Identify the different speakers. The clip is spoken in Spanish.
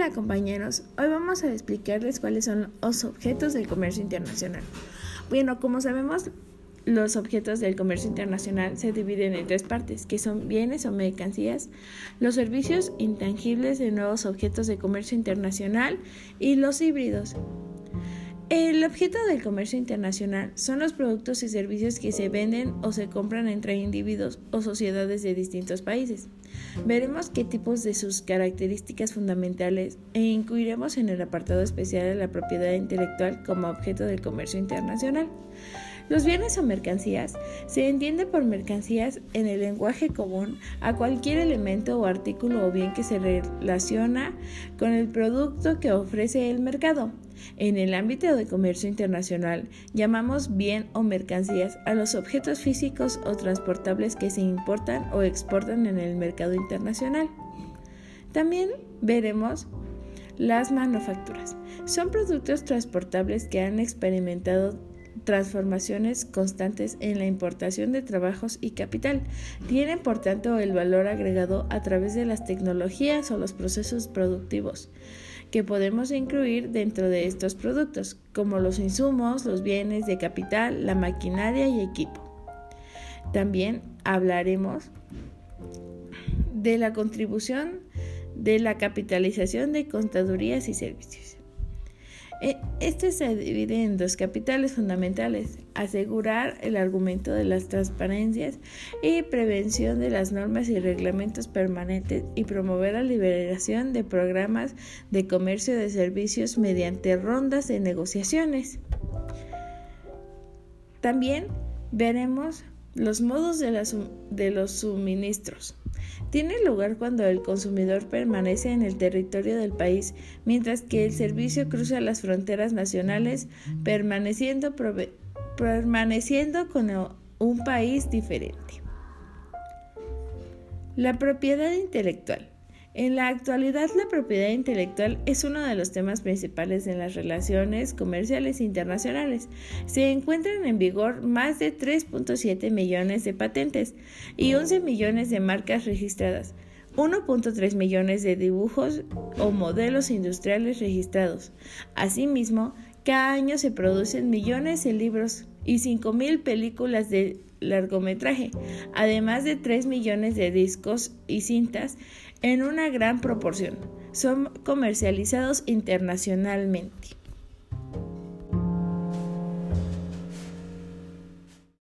Speaker 1: Hola compañeros, hoy vamos a explicarles cuáles son los objetos del comercio internacional. Bueno, como sabemos, los objetos del comercio internacional se dividen en tres partes, que son bienes o mercancías, los servicios intangibles de nuevos objetos de comercio internacional y los híbridos. El objeto del comercio internacional son los productos y servicios que se venden o se compran entre individuos o sociedades de distintos países. Veremos qué tipos de sus características fundamentales e incluiremos en el apartado especial de la propiedad intelectual como objeto del comercio internacional. Los bienes o mercancías se entiende por mercancías en el lenguaje común a cualquier elemento o artículo o bien que se relaciona con el producto que ofrece el mercado. En el ámbito de comercio internacional, llamamos bien o mercancías a los objetos físicos o transportables que se importan o exportan en el mercado internacional. También veremos las manufacturas. Son productos transportables que han experimentado transformaciones constantes en la importación de trabajos y capital. Tienen, por tanto, el valor agregado a través de las tecnologías o los procesos productivos que podemos incluir dentro de estos productos, como los insumos, los bienes de capital, la maquinaria y equipo. También hablaremos de la contribución de la capitalización de contadurías y servicios. Este se divide en dos capitales fundamentales: asegurar el argumento de las transparencias y prevención de las normas y reglamentos permanentes y promover la liberación de programas de comercio de servicios mediante rondas de negociaciones. También veremos los modos de los suministros. Tiene lugar cuando el consumidor permanece en el territorio del país, mientras que el servicio cruza las fronteras nacionales, permaneciendo con un país diferente. La propiedad intelectual. En la actualidad, la propiedad intelectual es uno de los temas principales en las relaciones comerciales internacionales. Se encuentran en vigor más de 3.7 millones de patentes y 11 millones de marcas registradas, 1.3 millones de dibujos o modelos industriales registrados. Asimismo, cada año se producen millones de libros y 5.000 películas de largometraje, además de 3 millones de discos y cintas en una gran proporción. Son comercializados internacionalmente.